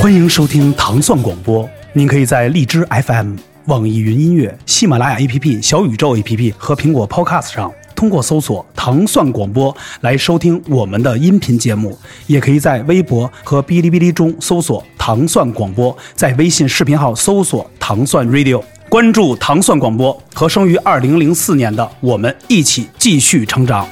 欢迎收听糖蒜广播，您可以在荔枝 FM、网易云音乐、喜马拉雅 APP、小宇宙 APP 和苹果 Podcast 上通过搜索糖蒜广播来收听我们的音频节目，也可以在微博和哔哩哔哩中搜索糖蒜广播，在微信视频号搜索糖蒜 Radio， 关注糖蒜广播，和生于2004年的我们一起继续成长。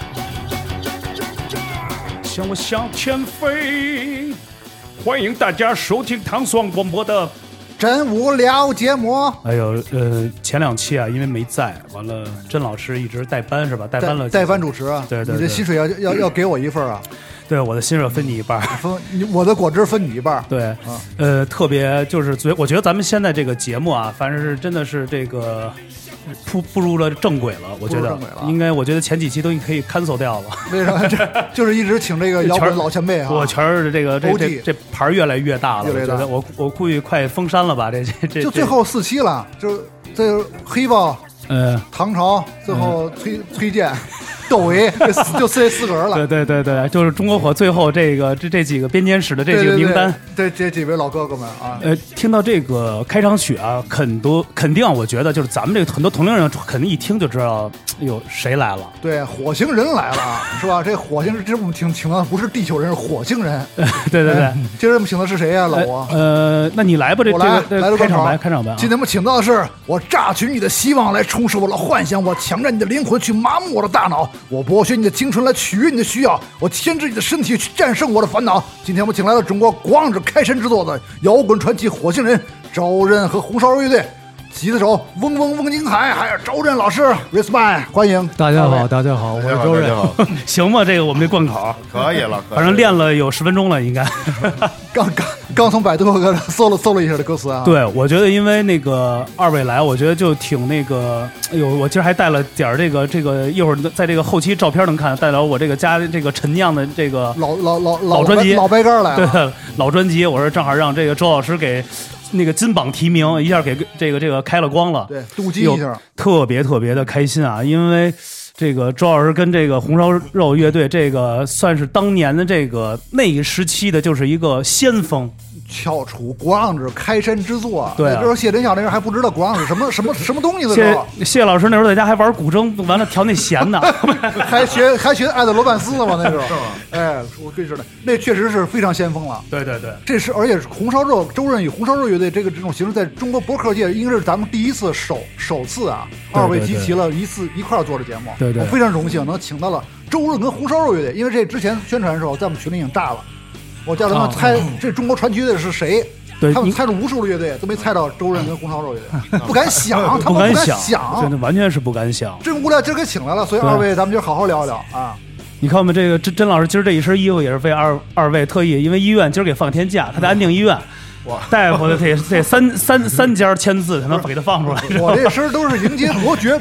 向我向前飞，欢迎大家收听糖蒜广播的真无聊节目。 哎呦，前两期啊，因为没在，完了，甄老师一直带班是吧？带班了， 代班主持啊。 对， 你的薪水要给我一份啊。 对，我的薪水分你一半， 我的果汁分你一半。 对，特别就是我觉得咱们现在这个节目啊，反正是真的是这个步入了正轨了。我觉得应该，我觉得前几期都可以 cancel 掉了。 为什么？就是一直请这个摇滚老前辈啊。 我全是这牌越来越大了。我觉得我估计快封山了吧？这就最后4期了，就这黑豹、唐朝，最后崔健。窦唯就这4个人了。 对，就是中国火最后这几个编监室的这几个名单。 对，这几位老哥哥们啊。 听到这个开场曲啊，肯定我觉得就是咱们这个很多同龄人肯定一听就知道有谁来了。 对，火星人来了，是吧？这火星这我们请的不是地球人，是火星人。 对。 今儿我们请的是谁呀，老王？ 那你来吧，这开场白。 今天我们请到的是我榨取你的希望来充实我的幻想，我强占你的灵魂去麻木我的大脑。我剥削你的青春来取悦你的需要，我牵制你的身体去战胜我的烦恼。今天我们请来了中国广志开山之作的摇滚传奇火星人周震和红烧肉乐队，吉他手翁金海，还有周震老师 respect， 欢迎大家好，我是周震。 行吗？这个我们这贯口可以了， 反正练了有10分钟了，应该。 刚从百度搜了一下的歌词啊。 对，我觉得因为那个二位来，我觉得就挺那个，哎呦，我今儿还带了点这个，一会儿在这个后期照片能看，带了我这个家这个陈酿的这个老专辑， 老白干来了。 对，老专辑，我说正好让这个周老师给那个金榜题名，一下给这个开了光了。 对，妒忌一下， 特别的开心啊，因为这个周老师跟这个红烧肉乐队，这个算是当年的这个那一时期的，就是一个先锋， 翘楚广志开山之作。 对， 那时候谢天笑那人还不知道广志什么东西的时候。 谢老师那时候在家还玩古筝，完了调那弦呢， 还学爱德罗曼斯呢嘛那时候。哎，我跟你说的，那确实是非常先锋了。 对， 这是而且红烧肉周震与红烧肉乐队这种形式，在中国播客界应该是咱们第一次首次啊，二位集齐了一块做的节目。 对， 我非常荣幸能请到了周震跟红烧肉乐队，因为这之前宣传的时候在我们群里已经炸了，我叫他们猜这中国传奇乐队是谁。 对， 他们猜了无数的乐队，都没猜到周震跟红烧肉乐队，不敢想，他们不敢想， 真的完全是不敢想。 真无聊，今儿给请来了，所以二位咱们就好好聊一聊啊。 你看我们这个甄老师今儿这一身衣服也是为二位特意，因为医院今儿给放天假，他在安定医院。大夫的这三家签字才能给他放出来。 我这身都是迎接伯爵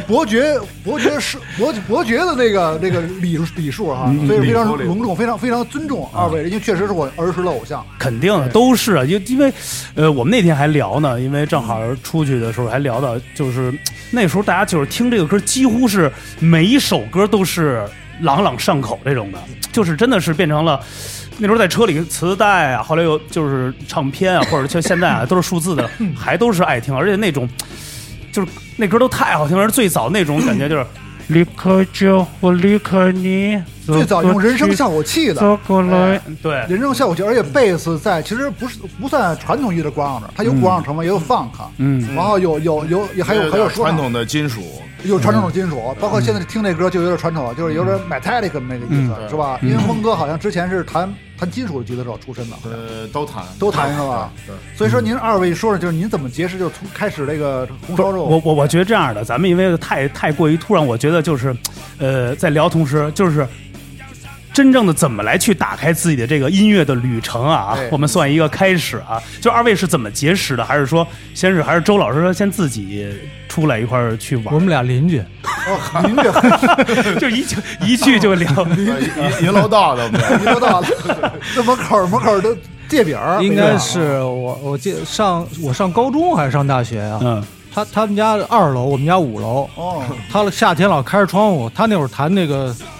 的那个礼数哈，所以非常隆重，非常尊重二位，因为确实是我儿时的偶像。 肯定的，都是啊，因为我们那天还聊呢，因为正好出去的时候还聊到，就是那时候大家就是听这个歌，几乎是每一首歌都是朗朗上口这种的，就是真的是变成了。那时候在车里磁带啊，后来有就是唱片啊，或者像现在啊都是数字的，还都是爱听，而且那种就是那歌都太好听了。而最早那种感觉就是离开就我离开你， 最早用人声效果器的走过来，对， 人声效果器，而且贝斯在其实不算传统意义的广场，它有广场成分，也有 funk， 然后有还有传统的金属。 有传统的金属，包括现在听那歌就有点传统，就是有点 metallic 的那个意思，是吧？因为翁哥好像之前是弹金属的吉他手出身的，都弹是吧？对。所以说您二位说说，就是您怎么结识，就从开始这个红烧肉？ 我觉得这样的，咱们因为太过于突然，我觉得就是在聊同时就是真正的怎么来去打开自己的这个音乐的旅程啊？我们算一个开始啊。就二位是怎么结识的？还是说还是周老师先自己出来一块儿去玩？ 我们俩邻居， 邻居就一去就聊一楼道的， 一楼道的，这门口的界饼应该是我记得我上高中还是上大学啊？他们家2楼，我们家5楼。他夏天老开着窗户，他那会儿弹那个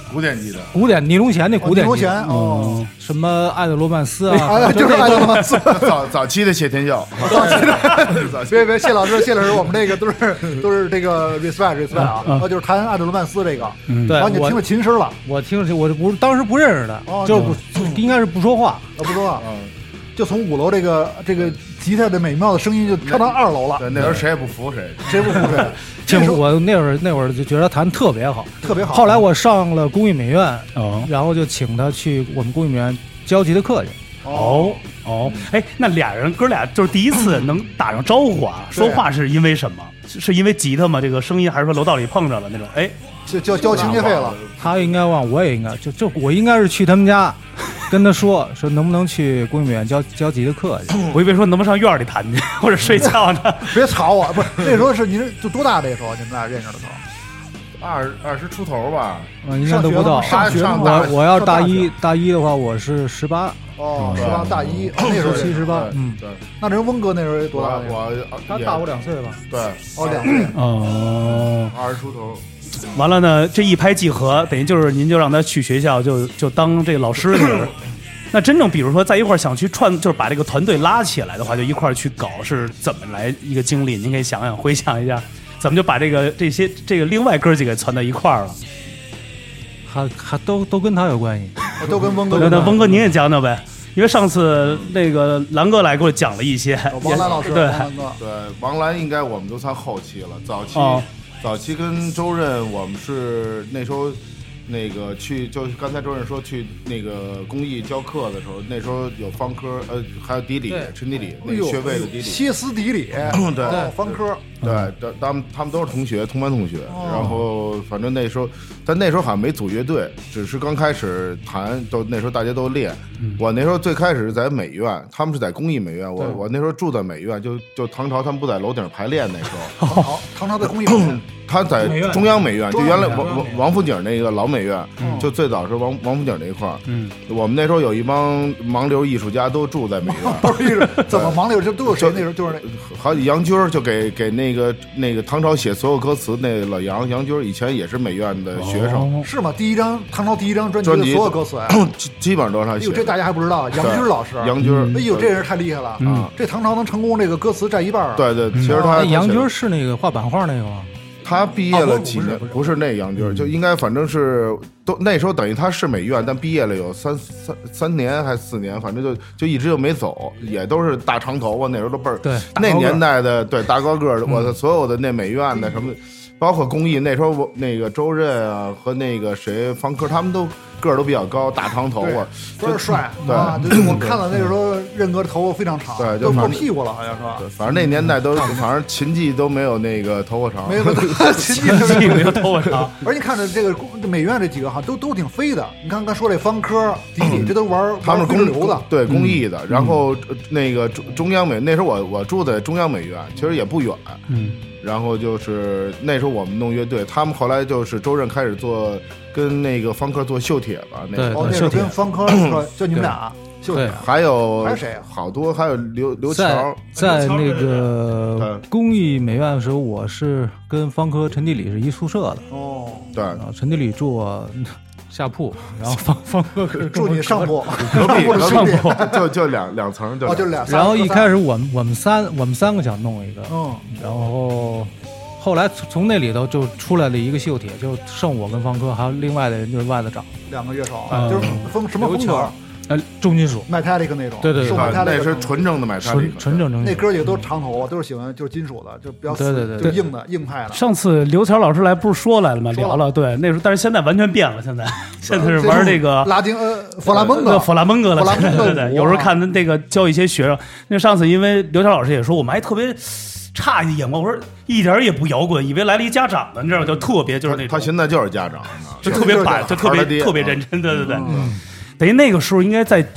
古典吉他， 古典尼龙弦那古典尼龙吉他弦哦， 什么爱德罗曼斯啊， 哎，就是爱德罗曼斯。 早期的谢天笑， 别，谢老师，我们这个都是这个 respect 啊，就是弹爱德罗曼斯这个， 对， 然后你听着琴声了， 我听着我不当时不认识的，就是应该是不说话， 不说话，就从5楼这个吉他的美妙的声音就跳到2楼了。 对，那时候谁也不服谁， 谁不服谁。 我那会儿就觉得他弹特别好， 特别好。 后来我上了工艺美院，然后就请他去我们工艺美院教吉他课去。 哎，那哥俩就是第一次能打上招呼啊，说话是因为什么？是因为吉他吗？这个声音，还是说楼道里碰着了那种？哎， 就交清洁费了。 他应该忘，我也应该就我应该是去他们家，跟他说能不能去工艺美院教吉他课去。 我以为说能不能上院里弹去，或者睡觉呢？ 别吵我！不是那时候是您就多大？那时候你们俩认识的时候 ，20出头吧？ 应该都不到。 上学我要是大一的话，我是18。 哦，18大一，那时候 17、18， 对。那人翁哥那时候多大？ 他大我2岁吧？ 对， 哦，2岁。 哦，20出头。 完了呢，这一拍即合，等于就是您就让他去学校，就当这个老师去了。那真正比如说在一块儿想去就是把这个团队拉起来的话，就一块儿去搞，是怎么来一个经历？您可以回想一下，怎么就把这个另外哥几个攒到一块儿了？ 还都跟他有关系， 都跟翁哥。 那翁哥您也讲讲呗，因为上次那个蓝哥来给我讲了一些。 王兰老师， 对， 王兰应该我们都算后期了，早期跟周任我们是那时候。那个就是刚才周任说去那个公益教课的时候，那时候有方科，还有迪里、陈迪里，那个学位的迪里， 歇斯底里， 对， 方科， 对，他们都是同班同学，然后反正那时候，但那时候好像没组乐队，只是刚开始弹，那时候大家都练。我那时候最开始是在美院，他们是在工艺美院，我那时候住在美院，就唐朝他们不在楼顶排练那时候， 唐朝在工艺美院。 他在中央美院，就原来王府井那个老美院，就最早是王府井那一块儿。我们那时候有一帮盲流艺术家都住在美院。 怎么盲流？就都有谁？那时候就是好杨军就给那个唐朝写所有歌词那老杨军以前也是美院的学生， 是吗？唐朝第一张专辑的所有歌词， 基本上都是他写。 哎呦，这大家还不知道，杨军老师， 杨军， 哎呦，这人太厉害了啊！这唐朝能成功，这个歌词占一半啊。 对，其实他杨军是那个画版画那个吗？ 他毕业了几年？不是那杨军，就应该反正是都那时候等于他是美院，但毕业了有三年还是4年，反正就一直就没走，也都是大长头发，那时候都倍儿。 对， 那年代的大高个儿，我的所有的那美院的什么，包括工艺，那时候那个周任啊和那个谁方科，他们都个儿都比较高，大长头发， 倍儿帅。 对啊，就是我看了那时候任哥的头发非常长， 对， 都过屁股了，好像是吧？ 对，反正那年代都，反正琴技都没有那个头发长， 没有琴技没有头发长。 而你看着这个美院这几个哈，都挺飞的。你看刚说这方科、迪里，这都玩他们工流的， 对工艺的。然后那个中央美，那时候我住在中央美院，其实也不远。然后就是那时候我们弄乐队，他们后来就是周任开始做跟那个方科做绣帖吧，那个那是跟方科就你们俩绣帖， 还有谁啊？ 好多，还有刘桥， 在那个工艺美院的时候，我是跟方科、陈地里是一宿舍的。 哦， 对， 陈地里住我下铺，然后方科住你上铺， 隔壁上铺就两层，对， 就两。 然后一开始我们三个想弄一个，然后后来从那里头就出来了一个绣帖，就剩我跟方科，还有另外的人就是外头找 2个乐手，就是什么风格？ 重金属 ，Metallic 那种， 对， 那是纯正的Metallic， 纯正。 那哥几个都是长头发，都是喜欢就是金属的，就比较死，就硬派的。 上次刘乔老师来不是说来了吗？聊了，对，那时候，但是现在完全变了，现在是玩这个拉丁弗拉门戈了， 对，有时候看那个教一些学生，那上次因为刘乔老师也说，我们还特别差一眼光，我说一点也不摇滚，以为来了一家长呢，你知道吗？就特别就是那种， 他现在就是家长， 就特别板，就特别认真，对。等于那个时候应该在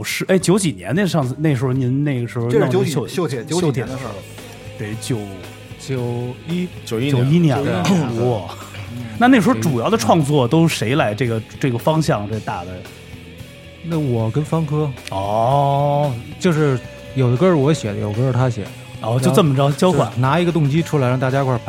90几年那上次那时候您那个时候这是绣帖90年的事儿， 得 91 年了，哇！那时候主要的创作都谁来这个方向这大的？ 那我跟方科就是有的歌是我写的，有歌是他写的， 就这么着交换， 拿一个动机出来让大家一块排。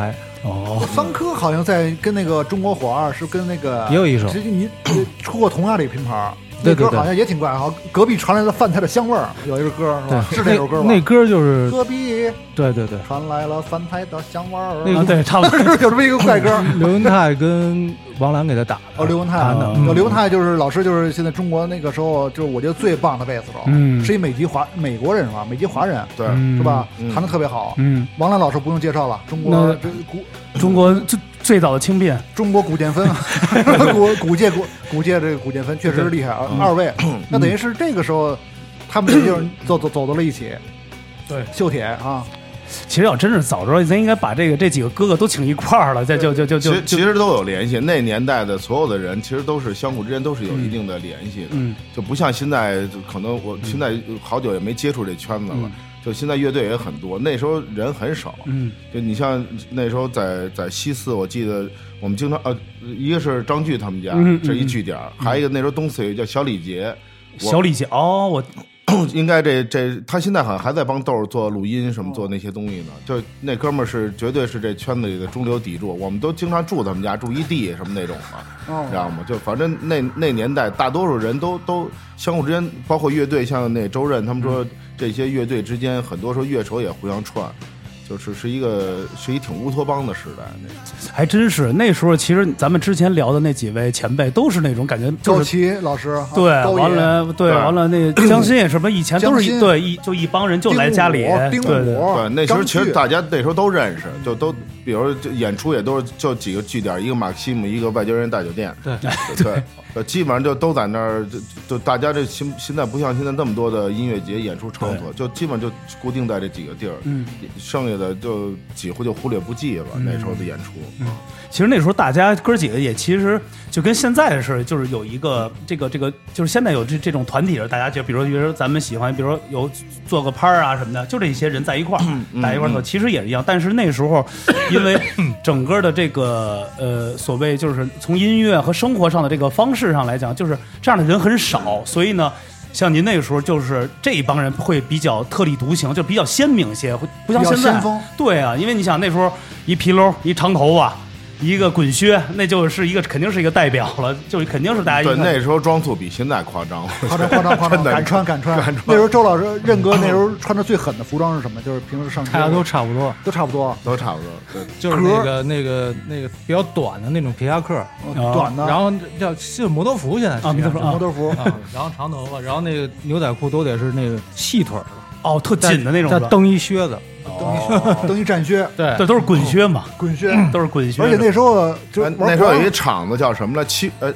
方科好像在跟那个中国火二是跟那个也有一首， 你出过同样的一个品牌。 对那歌好像也挺怪，好像隔壁传来了饭菜的香味儿，有一个歌是吧？是那首歌吧？ 那歌就是隔壁， 对， 传来了饭菜的香味儿。 那个对，差不多有这么一个怪歌。 刘文泰跟王澜给他打的。 刘文泰的， 刘文泰就是老师，就是现在中国那个时候就是我觉得最棒的贝斯手，是一美国人是吧？美籍华人， 对， 是吧？弹的特别好。王澜老师不用介绍了，中国最早的轻便， 中国古建分，古界这个古建分确实是厉害啊！二位，那等于是这个时候，他们就是走到了一起。 对， 秀铁啊， 其实要真是早知道，咱应该把这几个哥哥都请一块儿了，再就其实都有联系。那年代的所有的人，其实都是相互之间都是有一定的联系的。就不像现在，可能我现在好久也没接触这圈子了。就现在乐队也很多，那时候人很少。就你像那时候在西四，我记得我们经常一个是张炬他们家，这一据点，还有一个那时候东四有一个叫小李杰。 我应该这他现在好像还在帮豆儿做录音什么做那些东西呢。就那哥们儿是绝对是这圈子里的中流砥柱，我们都经常住他们家，住一地什么那种的，知道吗？就反正那年代大多数人都相互之间，包括乐队，像那周润他们说。这些乐队之间，很多时候乐手也互相串，是一挺乌托邦的时代。那还真是那时候，其实咱们之前聊的那几位前辈都是那种感觉， 高旗老师对，完了那江心也什么，以前都是对就一帮人就来家里， 对，那时候其实大家那时候都认识，就都比如就演出也都是就几个据点，一个马克西姆，一个外交人大酒店，对。基本上就都在那儿，就大家这现在不像现在那么多的音乐节演出场所，就基本就固定在这几个地儿，剩下的就几乎就忽略不计了。那时候的演出， 其实那时候大家哥几个也其实就跟现在似的，就是有一个这个，就是现在有这种团体，大家就比如说咱们喜欢，比如说有做个拍啊什么的，就这些人在一块儿，在一块儿做，其实也是一样。但是那时候，因为整个的这个所谓就是从音乐和生活上的这个方式上来讲，就是这样的人很少，所以呢，像您那个时候就是这一帮人会比较特立独行，就比较鲜明些，不像现在。对啊，因为你想那时候一皮褛一长头发。一个滚靴，那就是肯定是一个代表了，就肯定是大家对那时候装束比现在夸张， 敢穿。那时候周老师任哥那时候穿的最狠的服装是什么？就是平时上街大家都差不多。 对， 就是那个比较短的那种皮夹克， 短的， 然后就是摩托服，现在摩托服， 然后长头发，然后那个牛仔裤都得是那个细腿的， 特紧的那种， 再蹬一靴子。 蹬一战靴， 对， 这都是滚靴嘛， 滚靴都是滚靴。 而且那时候那时候有一厂子叫什么了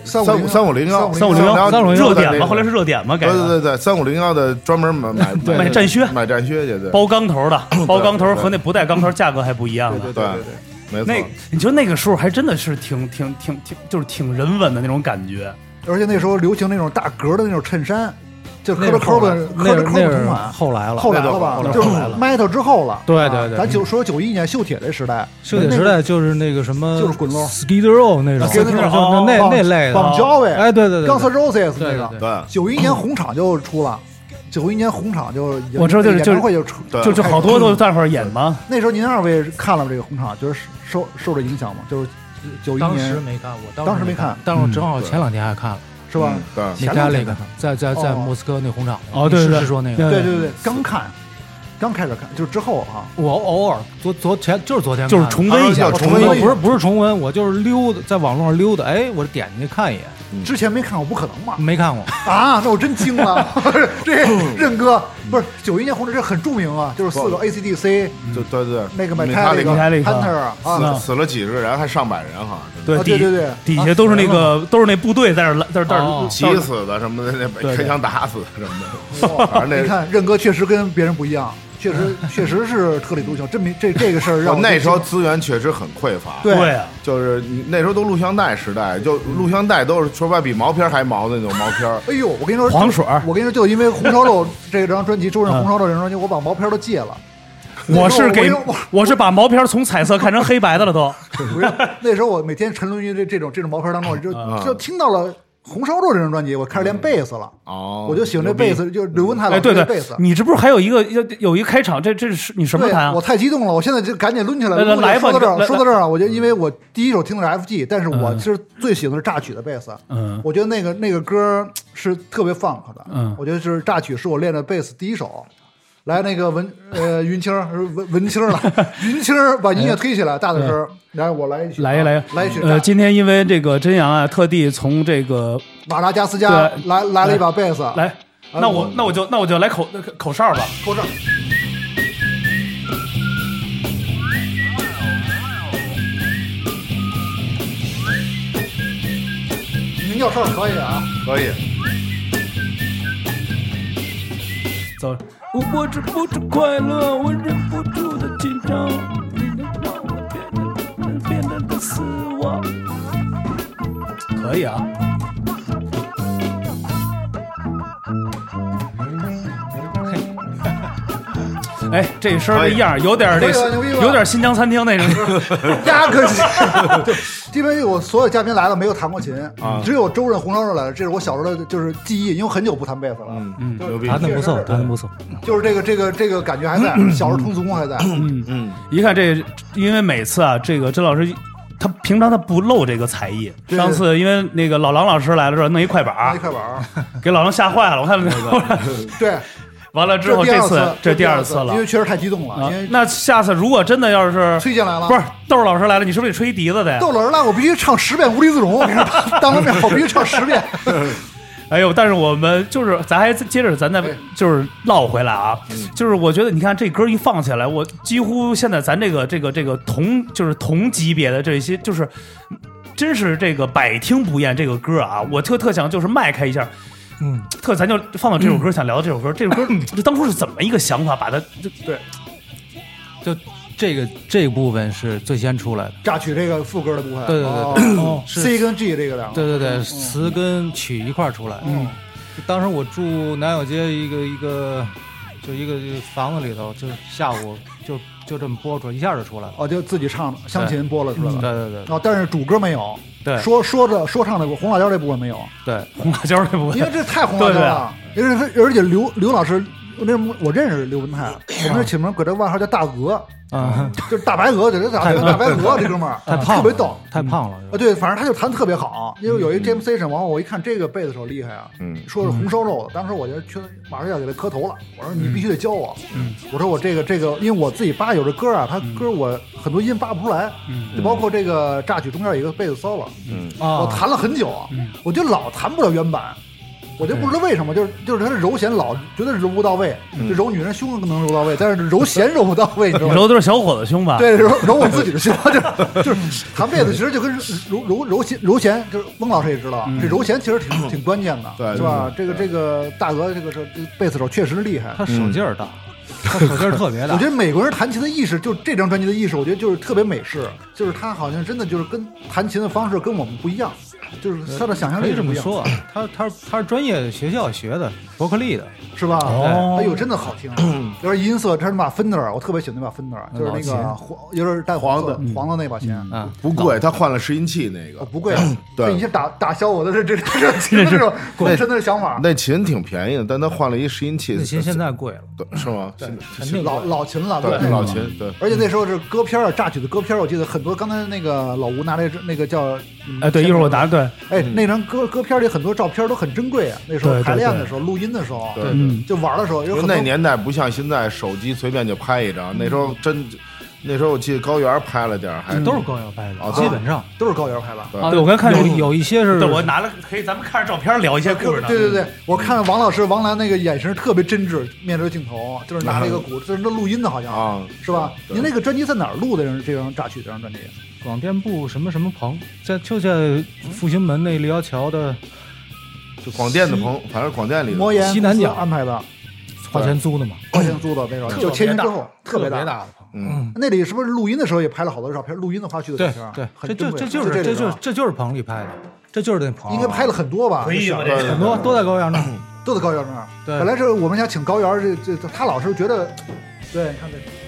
？3501 热点嘛，后来是热点嘛，改对，3501的专门买战靴， 买战靴去， 包钢头的，包钢头和那不带钢头价格还不一样的， 对，没错。 你说那个时候还真的是就是挺人文的那种感觉， 而且那时候流行那种大格的那种衬衫。就磕着抠的同款， 后来了吧，就是 Metal 之后了。 对， 咱说91年秀铁这时代， 秀铁时代就是那个什么， 就是滚喽 ，Skid Row 那种，那类的， 绑胶位， 哎，对 ，Guns N' Roses 那个， 对 ，91年红场就出了。91年红场我知道就好多都在那儿演嘛。 那时候您二位看了这个红场，就是受这影响吗？就是91年， 当时没看， 当时没看， 但是我正好前2天还看了。 是吧？ 对， 你家那个在莫斯科那红场对， 是说那个， 对，刚开始看，就是之后啊， 我偶尔昨天就是重温一下， 不是重温，我就是溜达在网络上溜达，哎，我点进去看一眼。 之前没看过，不可能嘛？ 没看过啊？那我真惊了。这任哥不是91年红场，这很著名啊，就是4个 AC/DC， 对， 那个Metallica Hunter 啊， 死了几十个人，还上百人哈。 对， 底下都是那部队在那急死的什么的，那被开枪打死什么的。反正你看任哥确实跟别人不一样。确实是特立独行，这个事儿让那时候资源确实很匮乏。 对， 就是你那时候都录像带时代，就录像带都是说白比毛片还毛的那种毛片。 哎呦，我跟你说， 黄水， 我跟你说，就因为红烧肉这张专辑，周润红烧肉这张专辑，我把毛片都戒了。 我是把毛片从彩色看成黑白的了都。 那时候我每天沉沦于这种毛片当中，就听到了红烧肉这张专辑，我开始练贝斯了。 哦， 我就喜欢这贝斯，就是刘文泰老师对对， 贝斯。 你这不是还有一个开场？这是你什么弹啊？ 我太激动了，我现在就赶紧抡起来。 来吧， 说到这儿啊，我就因为我第一首听的是 FG， 但是我其实最喜欢的是榨取的贝斯。我觉得那个歌是特别 funk 的。我觉得是榨取是我练的贝斯第一首。来，那个云清文清了，云清把音乐推起来，大的声。来，我来一曲， 来一曲。 今天因为这个真阳啊，特地从这个马达加斯加来了一把贝斯。 来，那我就来口哨吧， 口哨。鸣叫哨可以啊， 可以。 走。我止不住快乐，我忍不住的紧张，你能让我变得死亡。可以啊。哎，这声儿这样有点有点新疆餐厅那种。 压根因为我所有嘉宾来了没有弹过琴，只有周润红烧肉来了，这是我小时候的就是记忆，因为我很久不弹贝斯了。 弹的不错，弹的不错， 就是这个感觉还在，小时候童子功还在。 一看这，因为每次啊，这个甄老师他平常他不露这个才艺。上次因为那个老狼老师来了之后，弄一快板，给老狼吓坏了。我看那个， 对。 完了之后，这第二次了， 因为确实太激动了。 那下次如果真的要是崔健来了， 不是豆老师来了，你是不是得吹笛子的呀？ 豆老师来，我必须唱10遍《无地自容》，当着面我必须唱10遍。 哎呦！但是我们就是咱还接着咱再就是唠回来啊，就是我觉得你看这歌一放起来，我几乎现在咱这个同级别的这些就是真是这个百听不厌这个歌啊，我特想就是迈开一下。咱就放到这首歌，想聊这首歌。这首歌这当初是怎么一个想法，把它就这部分是最先出来的， 榨取这个副歌的部分。 对 ，C 跟 G 这个两个。 对，词跟曲一块出来。当时我住南小街一个房子里头，就下午就这么播出来，一下就出来了。 就自己唱湘琴播了出来了。 对。 但是主歌没有。 对， 说唱的红辣椒这部分没有。 对， 红辣椒这部分， 因为这太红辣椒了。而且刘老师，我认识刘文泰，我们这起名给这外号叫大鹅。就是大白鹅，这大白鹅这哥们儿特别逗， 太胖了对，反正他就弹特别好，因为有一 Jam Session，完后我一看这个贝斯手厉害啊，说是红烧肉的，当时我就马上要给他磕头了，我说你必须得教我，我说我这个，因为我自己扒有这歌啊，他歌我很多音扒不出来，就包括这个榨取中间有一个贝斯 solo，我弹了很久，我就老弹不了原版。我就不知道为什么，就是他的揉弦老觉得揉不到位，就揉女人胸能揉到位，但是揉弦揉不到位。你揉都是小伙子胸吧？ 对，揉我自己的胸，就是弹贝斯，其实就跟揉弦，就是翁老师也知道，这揉弦其实挺关键的， 对， 是吧？这个大鹅这个贝斯手确实厉害， 他手劲儿大。他手劲儿特别大。 我觉得美国人弹琴的意识，就这张专辑的意识，我觉得就是特别美式，就是他好像真的就是跟弹琴的方式跟我们不一样。就是他的想象力这么说，他是专业学校学的，伯克利的， 是吧？哎呦，真的好听，有点音色，它是那把 Fender，我特别喜欢那把 Fender，就是那个有点带黄的那把琴， 不贵，他换了拾音器那个， 不贵，对，你先打消我的这种滚身的想法。 那琴挺便宜的，但他换了一拾音器， 那琴现在贵了， 对，是吗？ 老琴了， 对，老琴，对。 而且那时候是歌片啊，榨取的歌片，我记得很多。刚才那个老吴拿那个叫， 对，一会儿我拿对。 哎，那张歌片里很多照片都很珍贵啊。那时候排练的时候、录音的时候，就玩的时候，因为那年代不像现在手机随便就拍一张，那时候那时候我记得高原拍了点，还都是高原拍的，基本上都是高原拍的。 对，我刚看有一些是， 对，我拿了可以，咱们看着照片聊一些故事。 对，我看王澜那个眼神特别真挚，面对镜头，就是拿那个鼓，就是那录音的，好像是吧？您那个专辑在哪儿录的？这张榨取这张专辑， 广电部什么棚，就在复兴门那立交桥的， 就广电的棚，反正广电里摩岩西南角安排的， 花钱租的嘛， 花钱租的那种，就签约之后特别大的。 那里是不是录音的时候也拍了好多照片？录音的花絮的照片， 对，这就是棚里拍的，这就是那棚， 应该拍了很多吧？ 很多都在高原那儿， 都在高原那儿。 对， 本来是我们想请高原，这他老是觉得，对，你看这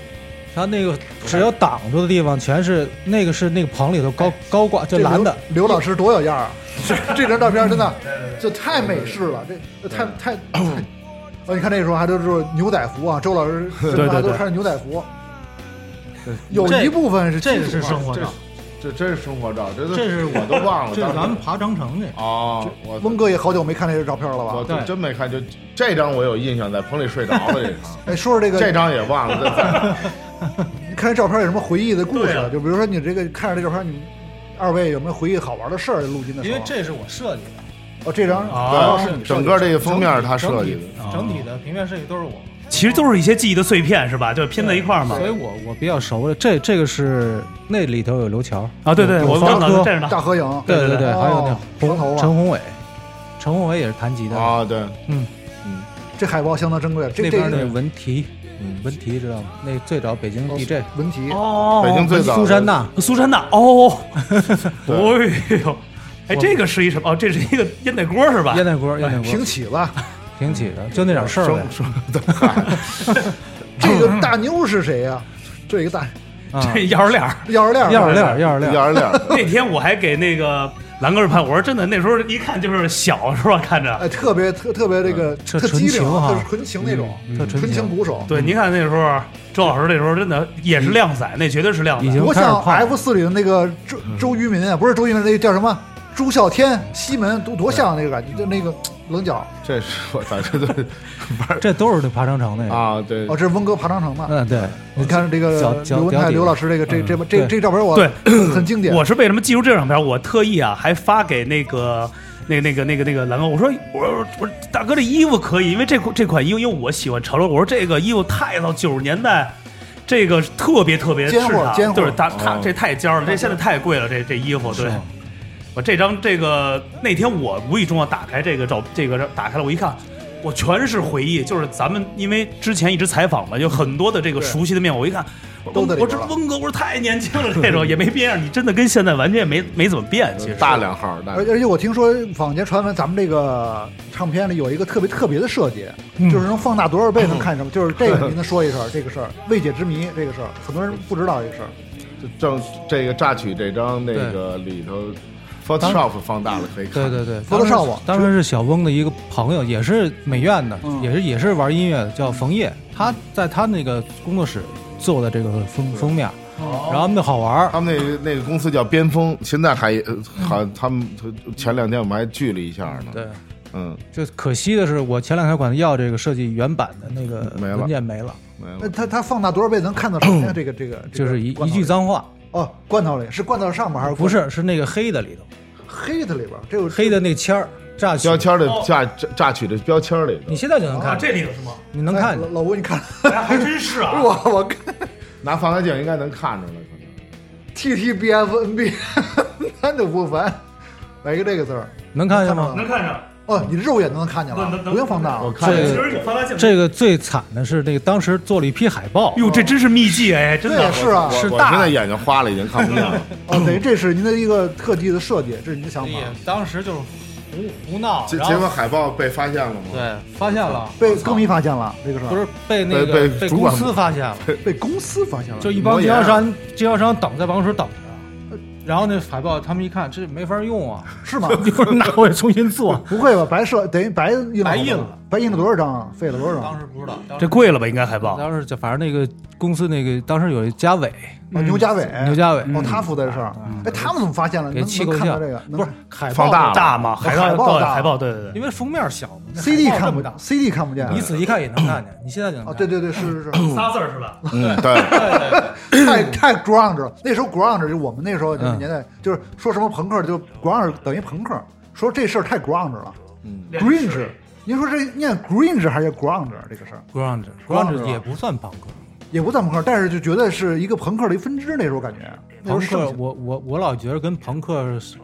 它那个只有挡住的地方全是那个棚里头高挂就蓝的。 刘老师多有样啊！这张照片真的就太美式了，这太。你看那时候还都是牛仔服啊，周老师还都穿着牛仔服。有一部分是这个是生活照。 这真是生活照，这是我都忘了。 这是咱们爬长城去哦， 温哥也好久没看这个照片了吧？ 我真没看，就这张我有印象，在棚里睡着了这张。 哎，说说这张也忘了。 你看这照片有什么回忆的故事？就比如说你这个看着这照片，你们二位有没有回忆好玩的事儿？录音的时候， 因为这是我设计的。 哦，这张是你整个这个封面他设计的， 整体的平面设计都是我。 其实都是一些记忆的碎片，是吧？就拼在一块儿嘛。 所以我比较熟的，这个是那里头有刘桥啊，对对，我忘了这是大合影， 对，还有那陈宏伟也是弹吉的啊，对， 这海报相当珍贵。 那边那文提知道吗？那最早北京 DJ 文提哦， 北京最早苏珊娜哦，哎呦，哎，这个是一什么？哦，这是一个烟袋锅是吧？ 烟袋锅平起了。 挺起的，就那点事儿呗。 这个大妞是谁呀？这个大， 这钥匙链。 那天我还给那个蓝哥拍，我说真的，那时候一看就是小是吧？看着， 哎，特别这个特纯情哈，纯情那种，纯情鼓手。 对，您看那时候周老师那时候真的也是靓仔，那绝对是靓仔， 多像 F4里的那个周渝民啊，不是周渝民，那个叫什么？朱孝天、西门多像那个感觉，就那个棱角。 这是我反正都， 这都是那爬长城那个啊，对。 哦，这是温哥爬长城的。 对。 你看这个刘文泰刘老师这照片我对很经典。 我是为什么记住这张照片？我特意啊还发给那个蓝哥，我说大哥这衣服可以，因为这款衣服因为我喜欢潮流，我说这个衣服太到90年代。这个特别尖货， 对，他这太尖了，这现在太贵了，这衣服对。我这张那天我无意中要打开这个打开了，我一看，我全是回忆，就是咱们因为之前一直采访嘛，有很多的这个熟悉的面，我一看，我这温哥，我说太年轻了，这种也没变样，你真的跟现在完全没怎么变，其实大2号， 而且我听说坊间传闻，咱们这个唱片里有一个特别的设计，就是能放大多少倍能看什么，就是这个您能说一声这个事儿，未解之谜这个事儿，很多人不知道这个事儿。 这个榨取这张那个里头。Photoshop 放大了可以看。 对 ，Photoshop 当时是小翁的一个朋友，也是美院的，也是玩音乐的，叫冯烨。他在他那个工作室做的这个封面，然后那好玩。 他们那个公司叫边锋，现在还好像他们前2天我们还聚了一下呢。 对，就可惜的是，我前2天管他要这个设计原版的那个文件没了。 那他放大多少倍能看到什么呀？这个就是一句脏话。 哦，罐头里是罐头上面还是不是？是那个黑的里头， 黑的里边，这有黑的那个签儿，榨取标签的榨取的标签里头。 你现在就能看， 这里头是吗？ 你能看？ 老吴，你看， 还真是啊！ 我看拿放大镜应该能看出来，可能。 TTBFNB 难得不凡，来一个这个字儿， 能看见吗？ 能看上。 哦，你肉眼都能看见了，不用放大。 我看这个最惨的是那个当时做了一批海报， 哟，这真是秘籍哎，真的是啊， 是大。我现在眼睛花了，已经看不见了。 哦，等于这是您的一个特技的设计，这是您的想法。 当时就是胡闹， 结果海报被发现了吗？ 对，发现了， 被歌迷发现了，这个是不是被那个被公司发现了？ 被公司发现了， 就一帮经销商等在办公室等着。然后那海报他们一看，这没法用啊， 是吗？ 一会儿拿回来重新做， 不会吧？白设等于白印了多少张啊？费了多少张？ 当时不知道， 这贵了吧？应该海报。 当时就反正那个公司那个当时有一家伟， 牛家伟， 哦， 他负责这事儿。哎，他们怎么发现了？能看到这个？ 不是海报大吗？海报对， 因为封面小嘛 ，CD 看不到 ，CD 看不见。 你仔细看也能看见，你现在就能看。 对，是仨字是吧？ 对， 太 grunge 了。那时候 grunge 就我们那时候年代就是说什么朋克就 grunge 等于朋克，说这事儿太 grunge 了。grunge， 您说这念 grunge 还是 grunge 这个事儿 ？grunge 也不算朋克， 也不算朋克，但是就觉得是一个朋克的一分支。那时候感觉朋克，我老觉得跟朋克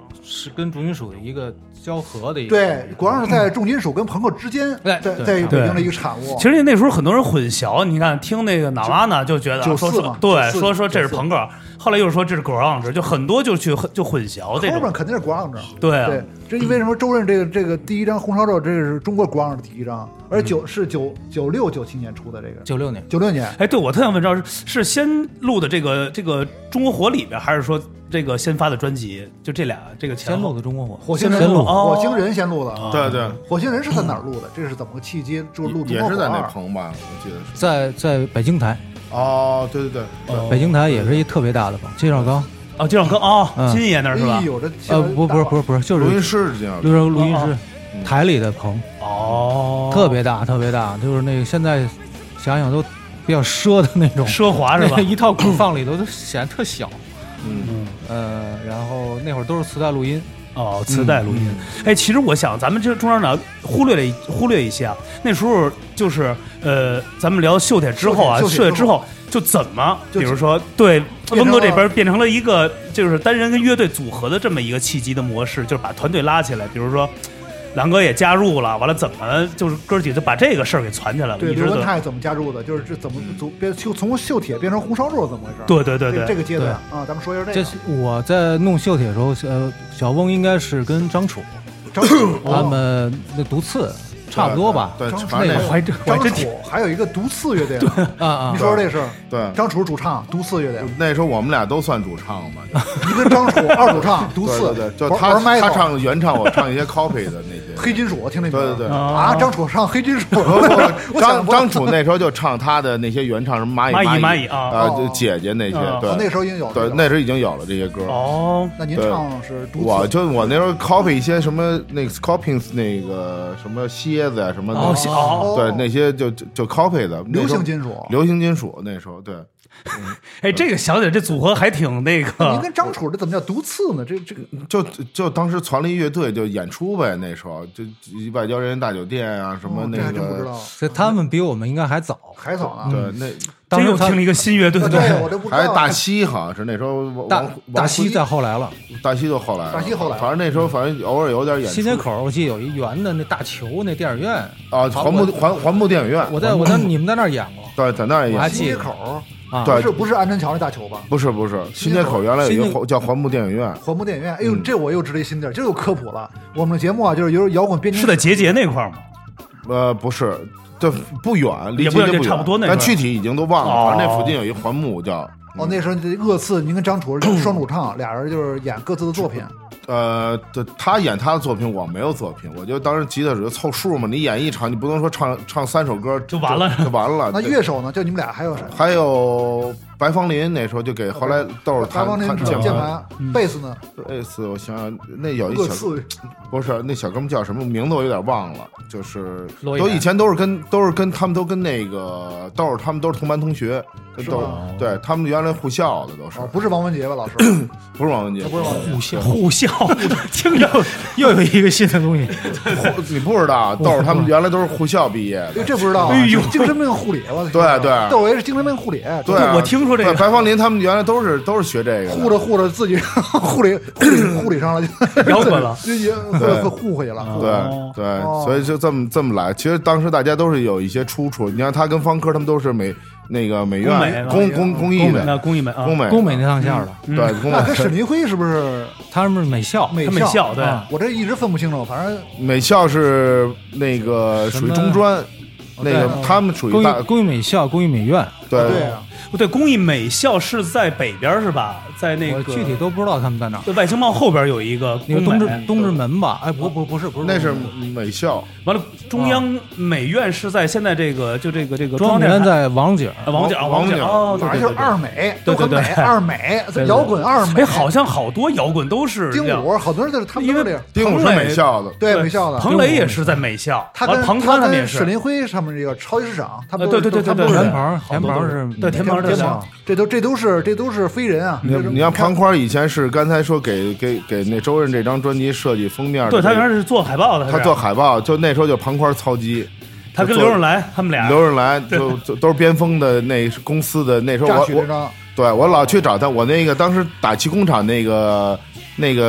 是跟重金属的一个交合的一个。 对，果然是在重金属跟朋克之间，在北京的一个产物。 其实那时候很多人混淆，你看听那个纳瓦纳就觉得说这是朋克，后来又说这是 grunge， 就很多就混淆这种。 后面肯定是 grunge， 对啊， 对，这因为什么？周润这个第一张红烧肉，这是中国 grunge 的第一张，而是96、97年出的这个。96年。 哎，对，我特想问，是先录的这个中国火里边，还是说这个先发的专辑？就这俩，这个先录的中国火， 火星人先录， 火星人先录的。 对对， 火星人是在哪儿录的？这是怎么个契机？就是录也是在那棚吧，我记得是在北京台。 哦，对， 北京台也是一特别大的棚，金少刚。 哦，金少刚哦，金爷那是吧？ 不是，就是录音室， 录音室台里的棚哦， 特别大，就是那个现在想想都比较奢的那种， 奢华是吧？ 一套鼓放里头都显得特小。然后那会儿都是磁带录音。 哦，磁带录音。哎，其实我想，咱们这中央长忽略一些啊。那时候就是咱们聊秀铁之后啊，秀铁之后就怎么，比如说对温哥这边变成了一个就是单人跟乐队组合的这么一个契机的模式，就是把团队拉起来，比如说狼哥也加入了，完了怎么就是哥几个就把这个事儿给传起来了。 对，刘文泰怎么加入的？就是这怎么从秀铁变成红烧肉怎么回事？ 对， 这个阶段啊，咱们说一下这个。 这我在弄秀铁的时候，小翁应该是跟张楚他们那毒刺差不多吧？ 对， 张楚还有一个毒刺乐队啊， 你说说这事？ 对， 张楚主唱，毒刺乐队。 那时候我们俩都算主唱嘛， 你跟张楚二主唱，毒刺， 对，就他唱原唱，我唱一些 copy 的那些黑金属，我听那对啊，张楚唱黑金属， 张楚那时候就唱他的那些原唱，什么蚂蚁啊，姐姐那些，对， 那时候已经有了， 对，那时候已经有了这些歌。 哦，那您唱是毒刺？ 我那时候 copy 一些什么那个 Scorpions 那个什么蝎子呀什么的，对，那些就 copy 的流行金属那时候对。 哎，这个想起来这组合还挺那个。 您跟张楚这怎么叫毒刺呢？这个就当时传了一乐队就演出呗，那时候就外交人员大酒店啊什么那个， 所以他们比我们应该还早呢。 对，那当时又听了一个新乐队， 对，我这不知道。 还大西好像是那时候大西再后来了， 大西就后来，反正那时候反正偶尔有点演出。 新街口我记得有一圆的那大球那电影院啊，环木电影院， 我在你们在那儿演过， 对，在那儿演。 新街口。 对， 不是安贞桥那大球吧？ 不是，新街口原来有一个叫环木电影院。 哎呦，这我又知道一新地儿，这又科普了。我们的节目啊，就是有摇滚编辑是在结那块吗？不是，这不远，离结节不远， 差不多那。 但具体已经都忘了，反正那附近有一环木叫。 那时候恶刺，您跟张楚双主唱，俩人就是演各自的作品。 他演他的作品，我没有作品，我就当时吉他手凑数嘛。你演一场，你不能说唱3首歌就完了， 那乐手呢？就你们俩还有谁？ 还有白芳林，那时候就给后来豆儿弹键盘，贝斯呢？ 贝斯，我想想，那有一小不是那小哥们叫什么名字，我有点忘了。就是都以前都是跟他们都跟那个豆儿他们都是同班同学，对他们原来护校的都是。 不是王文杰吧，老师？ 不是王文杰， 不是王文杰， 护校，听着又有一个新的东西。 你不知道，豆儿他们原来都是护校毕业的。 这不知道。哎呦，精神病护理，我对， 窦唯是精神病护理。 对， 我听说这个。 白芳林他们原来都是学这个， 护着自己护理上了， 摇滚了， 护回去了。 对，所以就这么来。其实当时大家都是有一些出处，你看他跟方科他们都是美院工艺的工美那趟线的， 对。 那跟史林辉是不是？ 他们是美校， 对。 我这一直分不清楚，反正美校是那个属于中专，那个他们属于工艺美校、工艺美院， 对， 工艺美校是在北边是吧？在那个具体都不知道他们在哪儿。 外经贸后边有一个东直门吧？哎，不是， 那是美校。 完了，中央美院是在现在这个中央美院在王府井哦， 反正就是二美， 对， 二美摇滚二美。 哎，好像好多摇滚都是丁武，好多人就是他们因为丁武是美校的， 对美校的。 彭磊也是在美校， 他跟史林辉他们这个超级市场，他们对， 田鹏是对田鹏这都是飞人啊！ 你看庞宽以前是刚才说给那周润这张专辑设计封面， 对他原来是做海报的， 他做海报就那时候就庞宽操机， 他跟刘润来他们俩， 刘润来就都是边锋的那公司的那时候我老去找他，我那个当时打漆工厂那个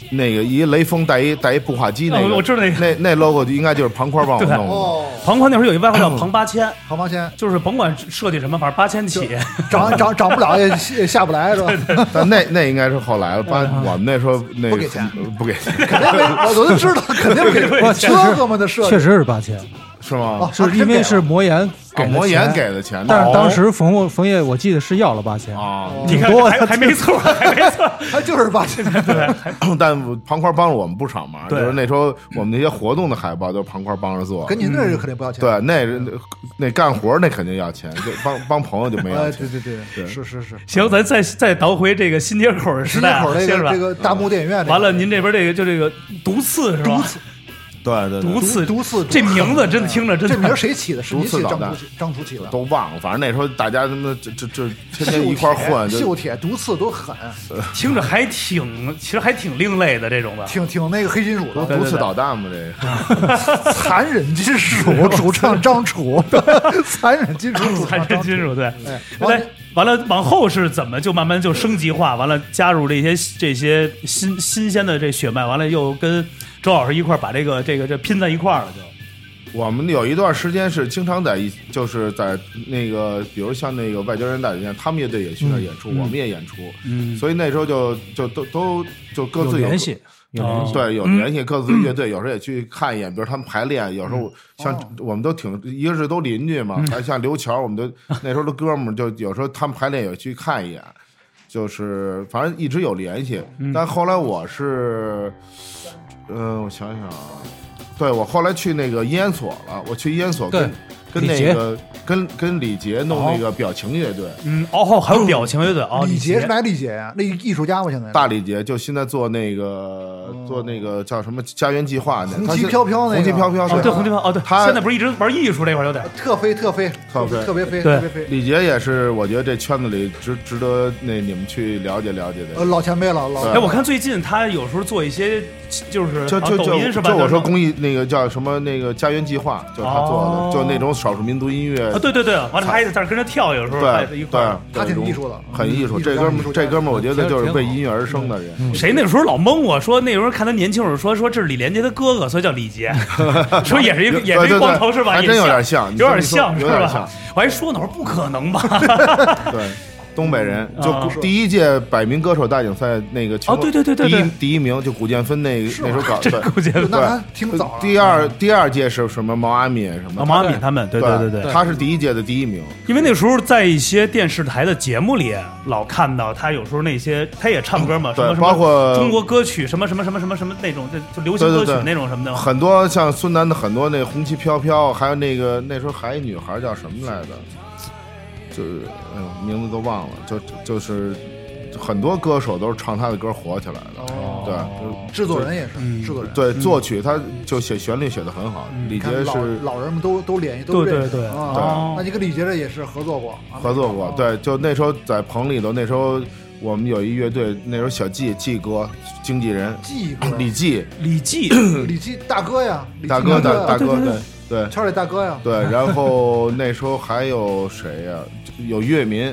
那个一雷锋带一步话机那个， 我知道那 logo 应该就是庞宽帮我弄的。 哦， 庞宽那会儿有一外号叫庞8000， 庞8000 就是甭管设计什么，反正8000起。 涨不了也下不来是吧？ 但那应该是后来了，我们那时候那不给钱， 不给钱， 肯定没，我都知道，肯定给哥们的设计确实是8000， 是吗？ 哦， 是因为是魔岩给的魔岩钱给的钱， 但是当时冯爷我记得是要了8000 啊， 你看还没错，还没错， 他就是8000， 对。 但庞宽帮了我们不少忙，就对是那时候我们那些活动的海报都是庞宽帮着做。 跟您那是肯定不要钱。 对，那干活那肯定要钱，就帮朋友就没要钱。 对，是。 行，咱再倒回这个新街口的时代啊， 新街口这个大木电影院。 完了，您这边这个毒刺是吧？ 对， 毒刺，这名字真的听着真的。 这名谁起的？是你起张楚起的？ 都忘了，反正那时候大家他妈这天天一块混， 锈铁毒刺多狠， 听着其实还挺另类的这种的， 挺那个黑金属的。 毒刺导弹嘛，这个残忍金属主唱张楚，残忍金属对。完了，往后是怎么就慢慢就升级化？完了，加入这些新鲜的这血脉，完了又跟周老师一块把这拼在一块了。就我们有一段时间是经常就是在那个，比如像那个外交人大酒店，他们乐队也去那演出，我们也演出，所以那时候就各自有联系。 对，有联系，各自乐队有时候也去看一眼，比如他们排练，有时候像我们都一个是都邻居嘛，还像刘桥，我们都那时候的哥们儿，就有时候他们排练也去看一眼，就是反正一直有联系。但后来我是，我想想啊，对我后来去那个烟所了，我去烟所跟那个跟李杰弄那个表情乐队， 还有表情乐队李杰是哪李杰呀？那艺术家吗？现在大李杰就现在做那个叫什么家园计划， 红旗飘飘那个红旗飘飘， 对红旗飘对，他现在不是一直玩艺术这块有点特别飞， 对， 李杰也是，我觉得这圈子里值得你们去了解了解的老前辈了。 我看最近他有时候做一些就是抖音是吧？ 就我说公益那个叫什么那个家园计划，就他做的，就那种少数民族音乐对，完了他还在跟着跳，有时候对， 他挺艺术的， 很艺术。这哥们儿，我觉得就是为音乐而生的人。 谁那时候老蒙我说，那时候看他年轻时候说这是李连杰的哥哥，所以叫李杰，说也是一光头是吧？ 还真有点像， 有点像是吧？我还说呢，我说不可能吧？ 对。东北人就第一届百名歌手大奖赛那个对， 第一名就古建芬那时候搞的， 古建芬那还挺早。 第二届是什么毛阿敏什么？ 毛阿敏他们对， 他是第一届的第一名。 因为那时候在一些电视台的节目里老看到他，有时候那些他也唱歌嘛，什么包括中国歌曲什么那种就流行歌曲那种什么的， 很多像孙楠的很多那红旗飘飘，还有那时候还有一女孩叫什么来着？就是名字都忘了，就是很多歌手都是唱他的歌火起来的。对， 制作人也是制作人。 对，作曲他就写旋律写得很好。李杰是老人们都联系，都认识。对。那你跟李杰这也是合作过？ 合作过，对，就那时候在棚里头，那时候我们有一乐队，那时候小季哥经纪人，李季大哥呀， 大哥对， 圈里大哥呀。 对，然后那时候还有谁呀？有岳民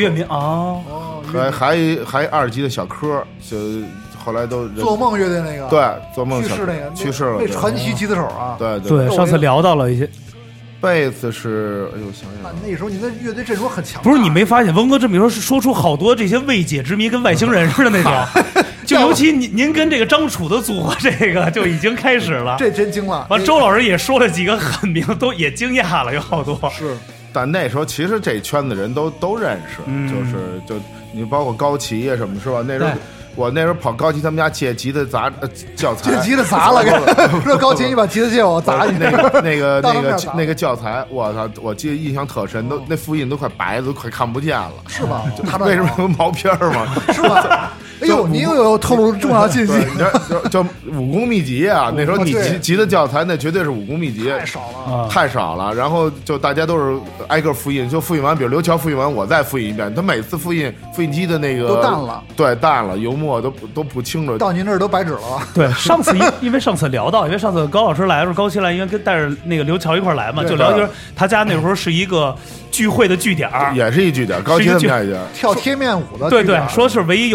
还二级的小柯，就后来都做梦乐队那个， 对，做梦去世了，那传奇吉他手啊。 对，上次聊到了一些。 贝斯是，哎呦，想想， 那时候你的乐队阵容很强。 不是你没发现，翁哥这么一说出好多这些未解之谜，跟外星人似的那种。就尤其您跟这个张楚的组合，这个就已经开始了。 这真惊了。 完，周老师也说了几个狠名，都也惊讶了，有好多。 是， 但那时候其实这圈子人都认识，就你包括高旗呀什么，是吧？那时候。我那时候跑高旗他们家借吉他砸教材， 借吉他砸了，说高旗你把吉他借我砸你那个教材，我操！我记得印象特深，都那复印都快白的，都快看不见了， 是吧？ 为什么有毛片嘛？ 是吧？哎呦，你又有透露重要信息， 就武功秘籍啊！那时候你吉他教材那绝对是武功秘籍，太少了。然后就大家都是挨个复印，就复印完，比如刘乔复印完，我再复印一遍。他每次复印机的那个都淡了， 对，淡了，油墨都不清楚。 到您这儿都白纸了。 对，上次因为上次聊到，因为上次高老师来的时候，高奇来，因为跟带着那个刘乔一块来嘛，就聊就是他家那时候是一个聚会的据点， 也是一据点，高奇他们家一家跳贴面舞的， 对，说是唯一有一个这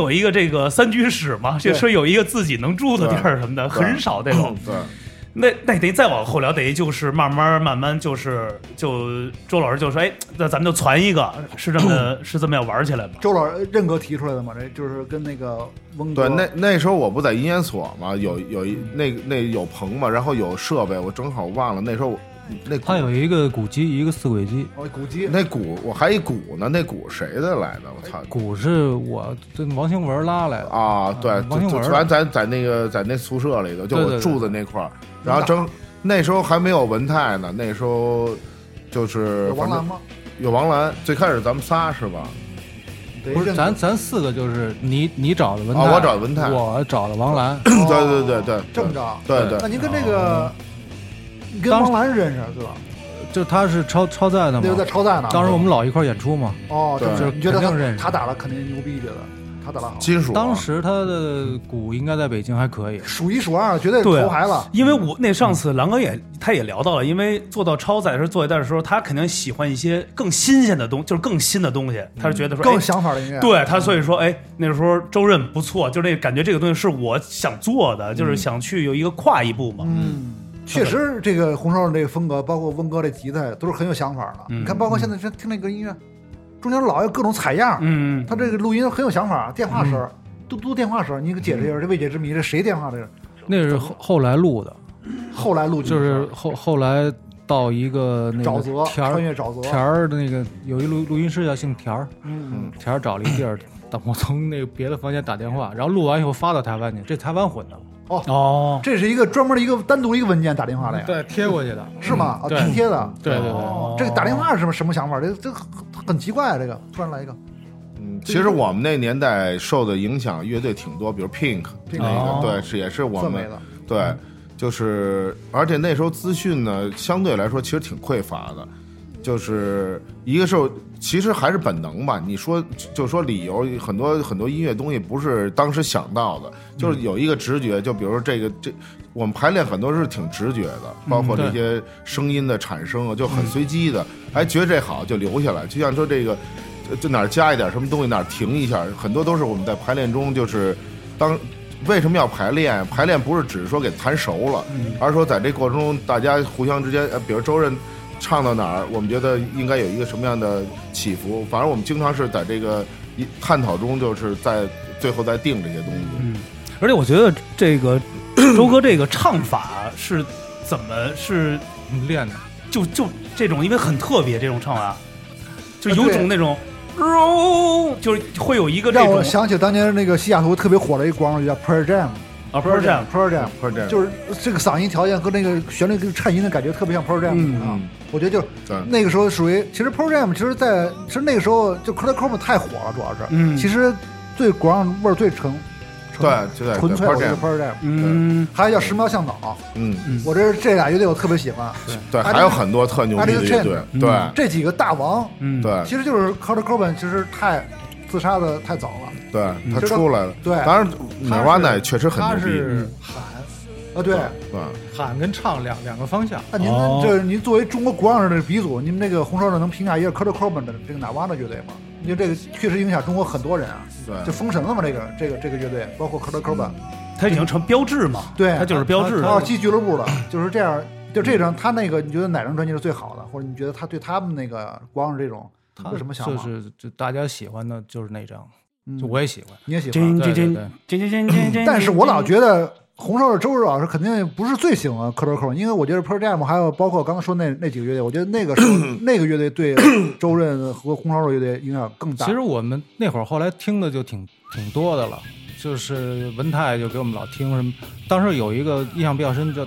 个3居室嘛，就说有一个自己能住的地儿什么的，很少这种。 对。 那等于再往后聊，等于就是慢慢就周老师就说，哎，那咱们就传一个，是这么要玩起来吗？ 周老师任哥提出来的嘛，这就是跟那个翁哥。 对，那时候我不在音研所嘛，有有棚嘛，然后有设备，我正好忘了那时候他有一个鼓机，一个4轨机。 鼓机那鼓我还一鼓呢，那鼓谁的来的？我操！ 鼓是我王兴文拉来的啊，对， 王兴文全在那宿舍里头，就我住的那块儿。然后那时候还没有文泰呢，那时候就是有王兰吗？ 有王兰，最开始咱们仨是吧？ 不是，咱4个就是你找的文泰， 我找的文泰， 我找的王兰。 对， 这么着。 对。 那您跟这个，你跟王兰认识对吧？ 就他是超载的嘛， 那个在超载呢。 当时我们老一块演出嘛。 哦，就是你觉得他打了肯定牛逼，觉得。他打得好， 金属。 当时他的鼓应该在北京还可以， 数1数2，绝对头牌了。 因为我上次狼哥他也聊到了，因为做到超载的时候，做一代的时候，他肯定喜欢一些更新鲜的东西，就是更新的东西。他是觉得说更想法的音乐。 对他，所以说，哎，那时候周润不错，就那感觉这个东西是我想做的，就是想去有一个跨一步嘛。 确实，这个红烧的这个风格，包括翁哥这吉他都是很有想法的。你看，包括现在听那个音乐。中间老有各种采样，他这个录音很有想法，电话声，嘟嘟电话声，你给解释一下这未解之谜，这谁电话这个？ 那是后来录的， 后来录就是后来到一个那个沼泽穿越沼泽田儿的那个有一录音师叫姓田儿，田儿找了一地儿，等我从那个别的房间打电话，然后录完以后发到台湾去，这台湾混的。 哦，这是一个专门的一个单独一个文件打电话的呀？ 对，贴过去的是吗？拼贴的。 对。 这个打电话是什么想法？这很奇怪，这个突然来一个。 其实我们那年代受的影响乐队挺多，比如 Pink 那个，对，也是我们对，就是而且那时候资讯呢，相对来说其实挺匮乏的。就是一个时候，其实还是本能吧。你说，就说理由，很多音乐东西不是当时想到的，就是有一个直觉。就比如说这，我们排练很多是挺直觉的，包括这些声音的产生啊，就很随机的。哎，觉得这好就留下来。就像说这个，就哪儿加一点什么东西，哪儿停一下，很多都是我们在排练中就是为什么要排练？排练不是只是说给弹熟了，而是说在这过程中大家互相之间，比如周润。唱到哪儿，我们觉得应该有一个什么样的起伏？反正我们经常是在这个探讨中，就是在最后再定这些东西。 而且我觉得这个周哥这个唱法是怎么是练的？ 就这种，因为很特别，这种唱法就有种那种，就是会有一个这种。 让我想起当年那个西雅图特别火的一光叫 Pearl Jam。 Pearl Jam，就是这个嗓音条件和那个旋律跟颤音的感觉特别像 Pearl Jam 我觉得就那个时候属于，其实 Pearl Jam 其实那个时候就 Kurt Cobain 太火了，主要是，其实最鼓上味儿最纯粹，我觉得 Pearl Jam，还有叫10秒向导，我这俩乐队我特别喜欢， 对，还有很多特牛逼的乐队，对， 这几个大王， 对， 其实就是 Kurt Cobain 其实自杀的太早了。 对，他出来了。 对， 当然，Nirvana确实很牛逼。 他是喊对， 喊跟唱两个方向。 那您作为中国鼓掌的鼻祖，您们这个红烧的能评价一下 Kurt Cobain 的这个Nirvana乐队吗？因为这个确实影响中国很多人啊。 对， 就封神了嘛，这个乐队，包括 Kurt Cobain， 他已经成标志嘛。 对， 他就是标志。 他要进俱乐部了，就是这样。就这张，他那个，你觉得哪张专辑是最好的？或者你觉得他对他们那个鼓掌这种，他有什么想法？ 就大家喜欢的就是那张。就我也喜欢， 你也喜欢， 对。 但是我老觉得红烧的周日老师肯定不是最喜欢Kurt Cobain，因为我觉得 Pearl Jam 还有包括刚刚说那几个乐队，我觉得那个乐队对周润和红烧的乐队影响更大。 其实我们那会儿后来听的就挺多的了，就是文泰就给我们老听什么，当时有一个印象比较深叫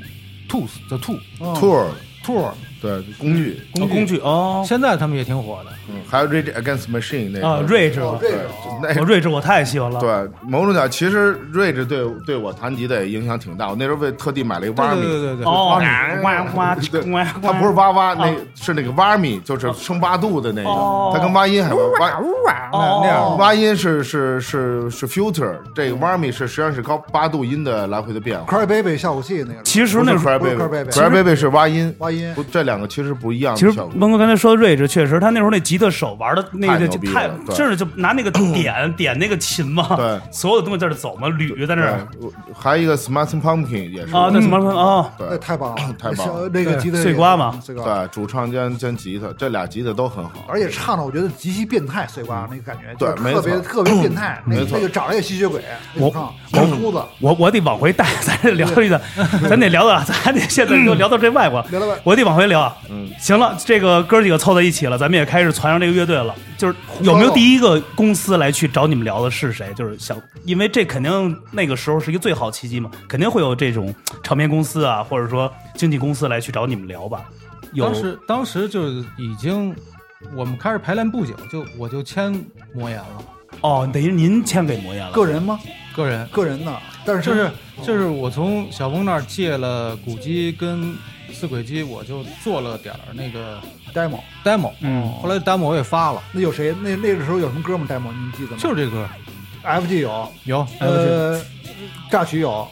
Tour。 对，工具哦， 现在他们也挺火的。 还有 Rage Against the Machine 那个 Rage 我太喜欢了。 对，某种讲，其实 Rage 对我弹吉他也影响挺大。我那时候特地买了一个挖米， 对， 哦， 它不是挖，那是那个挖米，就是升8度的那个，它跟挖音还那样。挖音是 filter， 这个挖米实际上是高8度音的来回的变化。 Cry Baby 效果器那个， 其实那是 Cry Baby 是挖音，这两个其实不一样的其实效果。 翁哥刚才说的睿智，确实他那时候那吉他手玩的那个就太太牛逼了，对甚至就拿那个点那个琴嘛， 对， 所有的东西在这走嘛，捋在那儿对，还有一个 Smashing Pumpkin 也是啊，那什么啊， 那对太棒了， 太棒了那个吉他碎瓜嘛碎瓜， 对，主唱兼吉他，这俩吉他都很好。 而且唱的我觉得极其变态，碎瓜那个感觉， 对就是特别没错特别变态，那没错那个长得也吸血鬼， 我秃子， 我得往回带，咱这聊一个，咱得聊到，咱得现在就聊到这外国， 聊到外我得往回聊。 嗯， 行了，这个哥几个凑在一起了，咱们也开始传上这个乐队了。就是有没有第一个公司来去找你们聊的是谁？就是想，因为这肯定那个时候是一个最好契机嘛，肯定会有这种唱片公司啊，或者说经纪公司来去找你们聊吧。有当时就是已经我们开始排练不久，我就签魔岩了。 哦，等于您签给魔岩了， 个人吗？ 个人的，但是就是我从小峰那儿借了鼓机跟四轨机，我就做了点儿那个 demo， 后来 demo 我也发了。 那有谁？那个时候有什么歌吗 ？demo 你记得吗？ 就是这歌 ，FG 有， 榨取有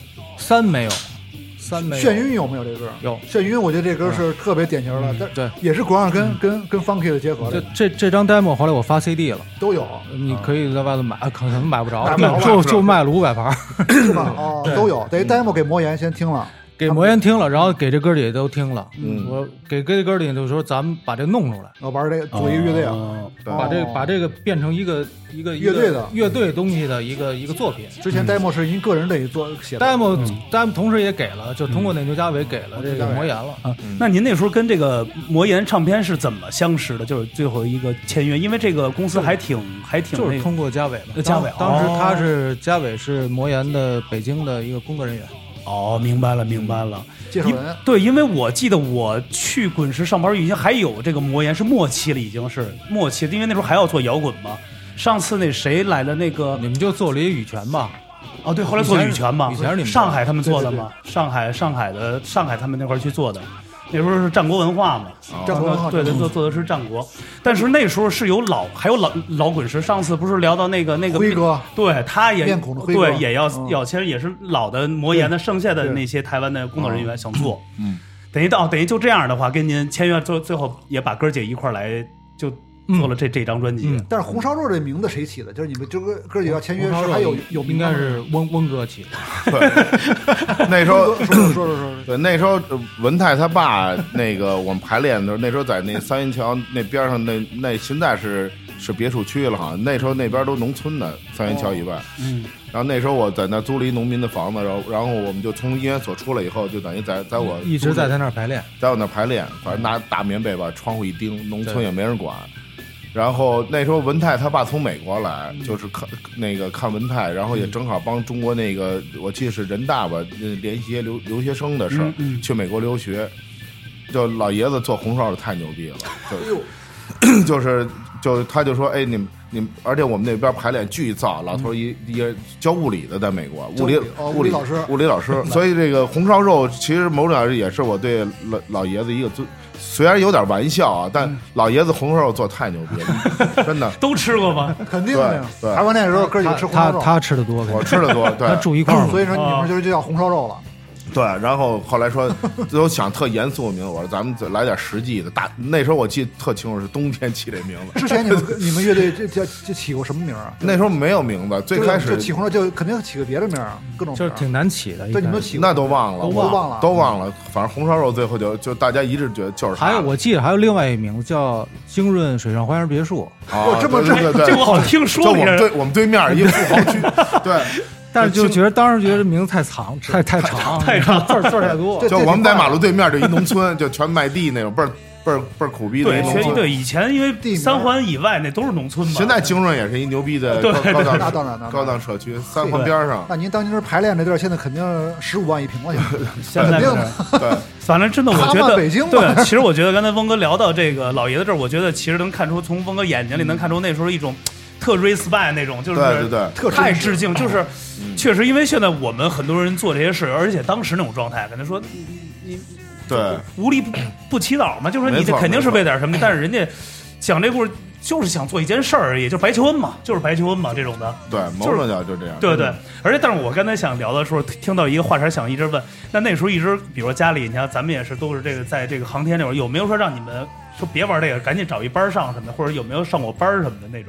3没有。 眩晕有没有这歌？ 有眩晕，我觉得这歌是特别典型的，但对， 也是国上跟 funky 的结合的。 这张 demo 后来我发 CD 了， 都有， 你可以在外头买，可能买不着， 买不着就卖了500盘， 是吧？哦，都有。等于 demo 给魔岩先听了， 给魔岩听了，然后给这哥儿也都听了。 嗯， 我给这哥儿里就说咱们把这弄出来， 玩这个组一个乐队啊， 把这个变成一个乐队的乐队东西的一个作品。 之前 demo 是您个人的做写的 demo 同时也给了，就通过那牛家伟给了这个魔岩了啊。那您那时候跟这个魔岩唱片是怎么相识的？就是最后一个签约，因为这个公司还挺就是通过家伟嘛。 家伟当时他是家伟是魔岩的北京的一个工作人员。 哦，明白了。 介绍人对，因为我记得我去滚石上班已经还有这个魔岩是末期了，已经是末期，因为那时候还要做摇滚嘛。上次那谁来了，那个你们就做了一羽泉吧？ 哦，对，后来做羽泉嘛， 羽泉是你们上海他们做的嘛，对上海他们那块去做的。那时候是战国文化嘛， 战国文化对，做的是战国，但是那时候是有还有老滚石。上次不是聊到那个辉哥， 对，他也面孔的辉哥， 对，也要，其实也是老的魔岩的剩下的那些台湾的工作人员想做，等于就这样的话，跟您签约，最后也把哥姐一块来就做了这张专辑。 但是红烧肉这名字谁起的？就是你们这个哥几个签约是还有应该是温哥起的。 对，那时候说， 对，那时候文泰他爸那个我们排练的时候，那时候在那三元桥那边上，那现在是别墅区了，好像那时候那边都农村的，三元桥以外。然后那时候我在那租了一农民的房子，然后我们就从医院所出来以后，就等于在我一直在他那儿排练， 在我那儿排练，反正拿大棉被把窗户一钉，农村也没人管。然后那时候文泰他爸从美国来，就是看文泰，然后也正好帮中国那个我记得是人大吧，联系留学生的事儿，去美国留学。就老爷子做红烧的太牛逼了，就是他就说，哎，你们，而且我们那边排练巨燥，老头一教物理的，在美国物理老师，所以这个红烧肉其实某种上也是我对老爷子一个虽然有点玩笑啊，但老爷子红烧肉做太牛逼了，真的。 都吃过吗？ 肯定的。对，台湾那时候哥几个吃红烧肉， 他吃的多， 我吃的多，对， 他住一块儿， 所以说你们就叫红烧肉了。 对，然后后来说都想特严肃的名字，我说咱们来点实际的。那时候我记得特清楚，是冬天起这名字。 之前你们乐队就起过什么名啊？ 那时候没有名字，最开始就起红烧就肯定起个别的名，各种就是挺难起的。 对，你们起那都忘了， 都忘了。反正红烧肉最后就大家一致觉得就是他。 还有我记得还有另外一名字叫京润水上花园别墅。 哦， 这么这我好听说。 我们对面一个富豪区，对。 但是当时觉得名字太长，太长，字太多。 就我们在马路对面就一农村，就全卖地那种，倍儿苦逼的农村。 对，以前因为三环以外那都是农村嘛。 现在京润也是一牛逼的高档社区，三环边上。 那您当年排练这地儿，现在肯定15万一平了， 现在对，反正真的，我觉得北京对。其实我觉得刚才翁哥聊到这个老爷子这儿，我觉得其实能看出，从翁哥眼睛里能看出那时候一种。特 respect 那种，就是对太致敬，就是确实，因为现在我们很多人做这些事，而且当时那种状态，可能说你对无利不起早嘛，就是说你这肯定是为点什么，但是人家讲这故事， 就是想做一件事儿而已，就是白求恩嘛，就是白求恩嘛这种的。 对，某种角就这样。 对对，而且但是我刚才想聊的时候，听到一个话茬，想一直问，那时候一直，比如说家里，你看咱们也是都是这个在这个航天这会儿，有没有说让你们说别玩这个，赶紧找一班上什么的，或者有没有上过班什么的那种？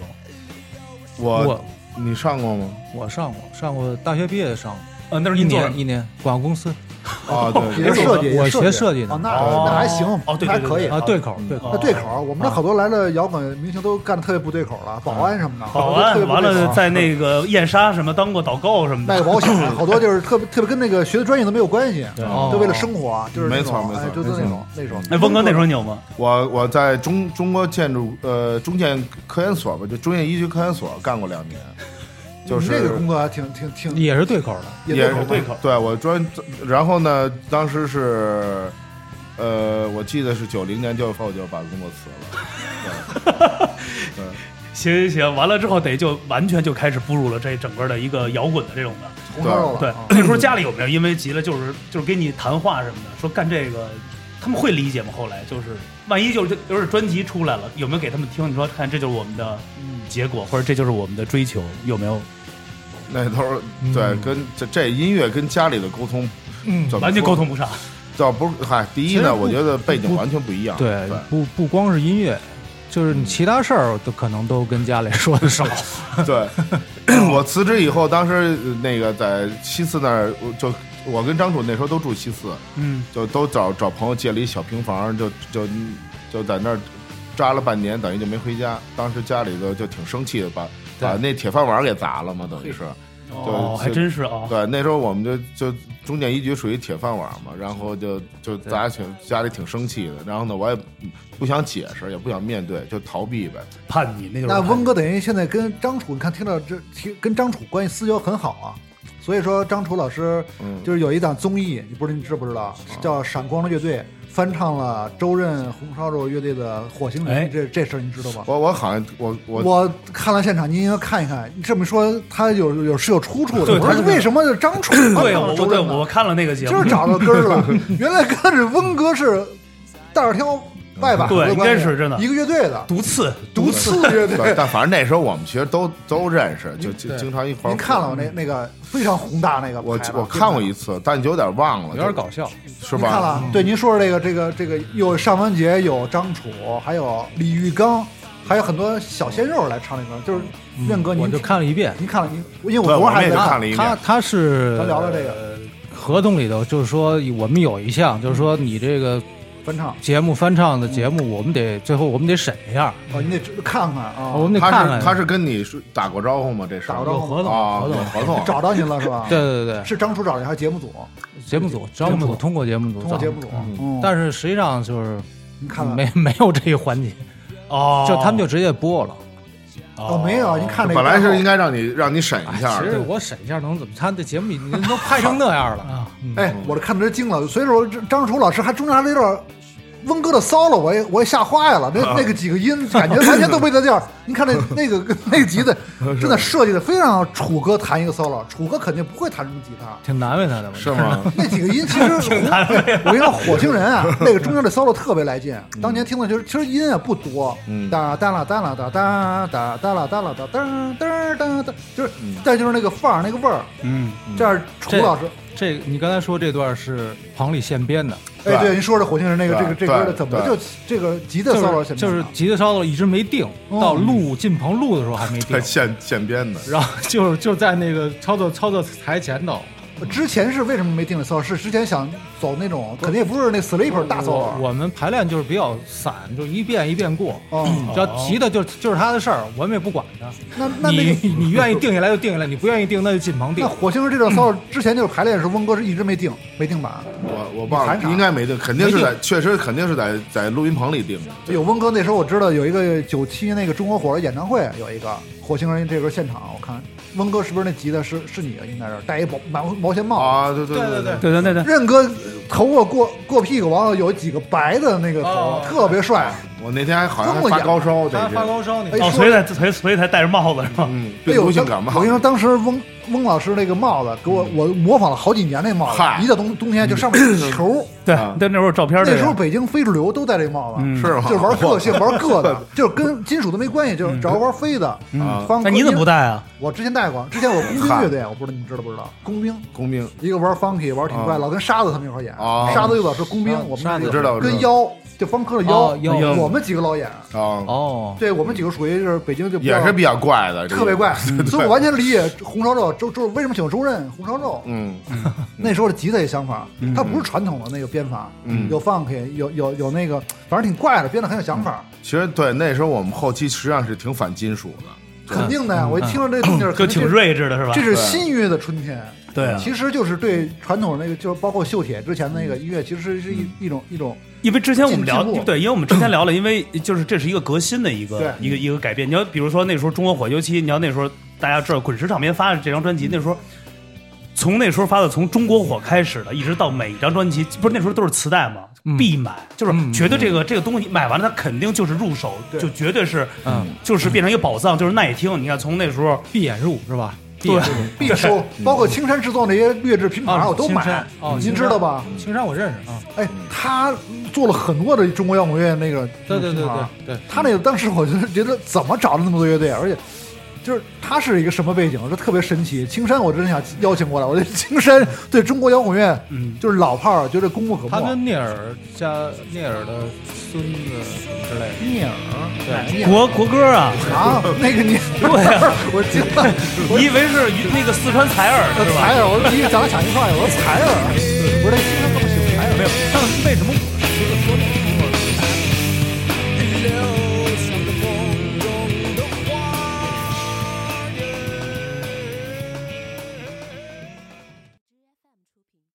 你上过吗？ 我上过，大学毕业上过， 那是一年广告公司。 啊，对， 也是设计， 我学设计的。 哦，那还行， 对， 还可以啊，对口。 那对口，我们这好多来了摇滚明星都干的特别不对口了，保安什么的， 保安完了在那个燕莎什么当过导购什么的， 卖个保险，好多就是特别跟那个学的专业都没有关系，都为了生活，就是没错， 就是那种。 哎，峰哥那时候你有吗？ 我在中国建筑中建科研所吧，就中建医学科研所干过2年。就是这个工作还挺也是对口的， 也是对口。 对，我然后呢，当时是，我记得是90年就把工作辞了。对， 行，完了之后就完全就开始步入了这整个的一个摇滚的这种的红烧肉了。 对，那时候家里有没有因为急了就是给你谈话什么的，说干这个，他们会理解吗？后来就是万一就是专辑出来了，有没有给他们听？你说看这就是我们的结果，或者这就是我们的追求，有没有？ 那头对，跟这音乐跟家里的沟通， 完全沟通不上。 倒不是，第一呢，我觉得背景完全不一样。 对，不光是音乐，就是你其他事儿都可能都跟家里说的少。 对，我辞职以后，当时那个在西四那儿，我跟张楚那时候都住西四，就都找朋友借了一小平房，就在那儿扎了半年，等于就没回家。当时家里头就挺生气的，把那铁饭碗给砸了嘛，等于是。 还真是啊。 对，那时候我们就中建一局属于铁饭碗嘛，然后就大家家里挺生气的。然后呢，我也不想解释，也不想面对，就逃避呗。 叛逆那个。 那温哥等于现在跟张楚，你看听到跟张楚关系私交很好啊。所以说张楚老师就是有一档综艺，你知不知道？叫《闪光的乐队》。翻唱了周润红烧肉乐队的《火星人》，这事儿你知道吗？ 我好像我看了现场，您应该看一看。你这么说，他有出处的。我说为什么张楚？ 对，我看了那个节目， 就是找到根儿了。原来跟着温哥是大耳挑拜把子， 对，应该是真的一个乐队的独次乐队。 但反正那时候我们其实都认识，就经常一块儿。 您看了吗？那个非常宏大那个， 我看过一次，但有点忘了， 有点搞笑， 是吧？ 看了，对，您说说这个有尚雯婕，有张楚，还有李玉刚，还有很多小鲜肉来唱那个，就是任哥， 我就看了一遍， 您看了，因为我昨儿还在看了一遍。 他是咱聊聊这个合同里头，就是说我们有一项，就是说你这个。翻唱的节目，我们得审一下。 你得看看啊， 我们得看看。 他是跟你打过招呼吗？这是打过招呼， 合同找到您了是吧？ 对， 是张楚找的还是节目组？ 张楚通过节目组，但是实际上就是你看没有这一环节，就他们就直接播了。 没有，您看这本来是应该让你审一下。 其实我审一下能怎么？他这节目你都拍成那样了啊！ 我这看着惊了。所以说张楚老师还中间还有点温哥的solo，我也吓坏了。那个几个音感觉完全都没在调。您看那个吉他真的设计的非常，楚哥弹一个solo，楚哥肯定不会弹什么吉他， 挺难为他的， 是吗？ 那几个音其实挺难为。 我跟你说，火星人啊，那个中间的solo特别来劲。当年听的其实音啊不多，哒哒啦哒啦哒哒哒哒啦哒啦哒哒哒哒哒，就是再就是那个范儿那个味儿。这样楚老师。 这你刚才说这段是棚里现编的， 对，您说这火星人这歌的怎么就这个吉他 solo 就是吉他 solo 一直没定，到进棚录的时候还没定， 现编的， 然后就在那个操作台前头。 之前是为什么没定的 solo？ 是之前想走那种，肯定也不是那 sleeper 大 solo。 我们排练就是比较散，就一遍一遍过。只要吉他就是他的事儿，我们也不管他。 那你愿意定下来就定下来，你不愿意定那就进棚定。 那火星人这种 solo 之前就是排练的时候，温哥是一直没定版。 我忘了，应该没定，肯定是确实肯定是在录音棚里定的。 有温哥那时候我知道有一个97那个中国火的演唱会，有一个火星人这个现场，我看。温哥是不是那吉他是你啊？应该是戴一毛线帽啊！对， 任哥头发过屁股，完了有几个白的那个头，特别帅。 我那天还好像还发高烧， 他发高烧， 哎所以才戴着帽子是吧？ 病毒性感冒。 我跟你说，当时翁老师那个帽子给我模仿了好几年，那帽子一到冬天就上面有球。 对，那时候照片， 那时候北京非主流都戴这个帽子， 是吗？ 就是玩个性，玩个的，就是跟金属都没关系，就是只要玩飞的。 那你怎么不戴啊？ 我之前戴过，之前我工兵乐队，我不知道你们知道不知道？工兵，一个玩 funky 玩挺怪，老跟沙子他们一块演。沙子又老师工兵，我们知道跟腰。就方科的腰，我们几个老演对我们几个属于就是北京就也是比较怪的， 特别怪，所以我完全理解红烧肉周为什么喜欢周润红烧肉。那时候的吉他也相反，它不是传统的那个编法，有 funk 有那个，反正挺怪的，编的很有想法。 其实对那时候我们后期实际上是挺反金属的， 肯定的呀。我一听到这东西就挺睿智的是吧？ 这是新音乐的春天。 对， 其实就是对传统那个，就是包括秀铁之前的那个音乐，其实是一种。 因为之前我们聊，对，因为我们之前聊了，因为就是这是一个革新的一个改变。你要比如说那时候中国火，尤其你要那时候大家知道滚石唱片发的这张专辑，那时候从那时候发的从中国火开始的，一直到每一张专辑，不是那时候都是磁带嘛，必买，就是觉得这个东西买完了，它肯定就是入手，就绝对是，就是变成一个宝藏，就是耐听。你看从那时候必演入是吧？ 对，必收，包括青山制作那些劣质拼盘我都买。您知道吧？ 青山我认识啊。 哎，他做了很多的中国摇滚乐那个， 对， 他那个当时我就觉得怎么找了那么多乐队，而且就是他是一个什么背景，这特别神奇。青山我真想邀请过来，我觉得青山对中国摇滚乐，就是老炮儿，觉得功不可没。 他跟聂耳的孙子之类的。 聂耳， 对，国歌啊， 那个你对啊， 我记得， 你以为是那个四川采耳是吧？ 采耳，我第一个咱俩想一块儿，我说采耳，不是那青山这么喜欢采耳， 没有，他为什么？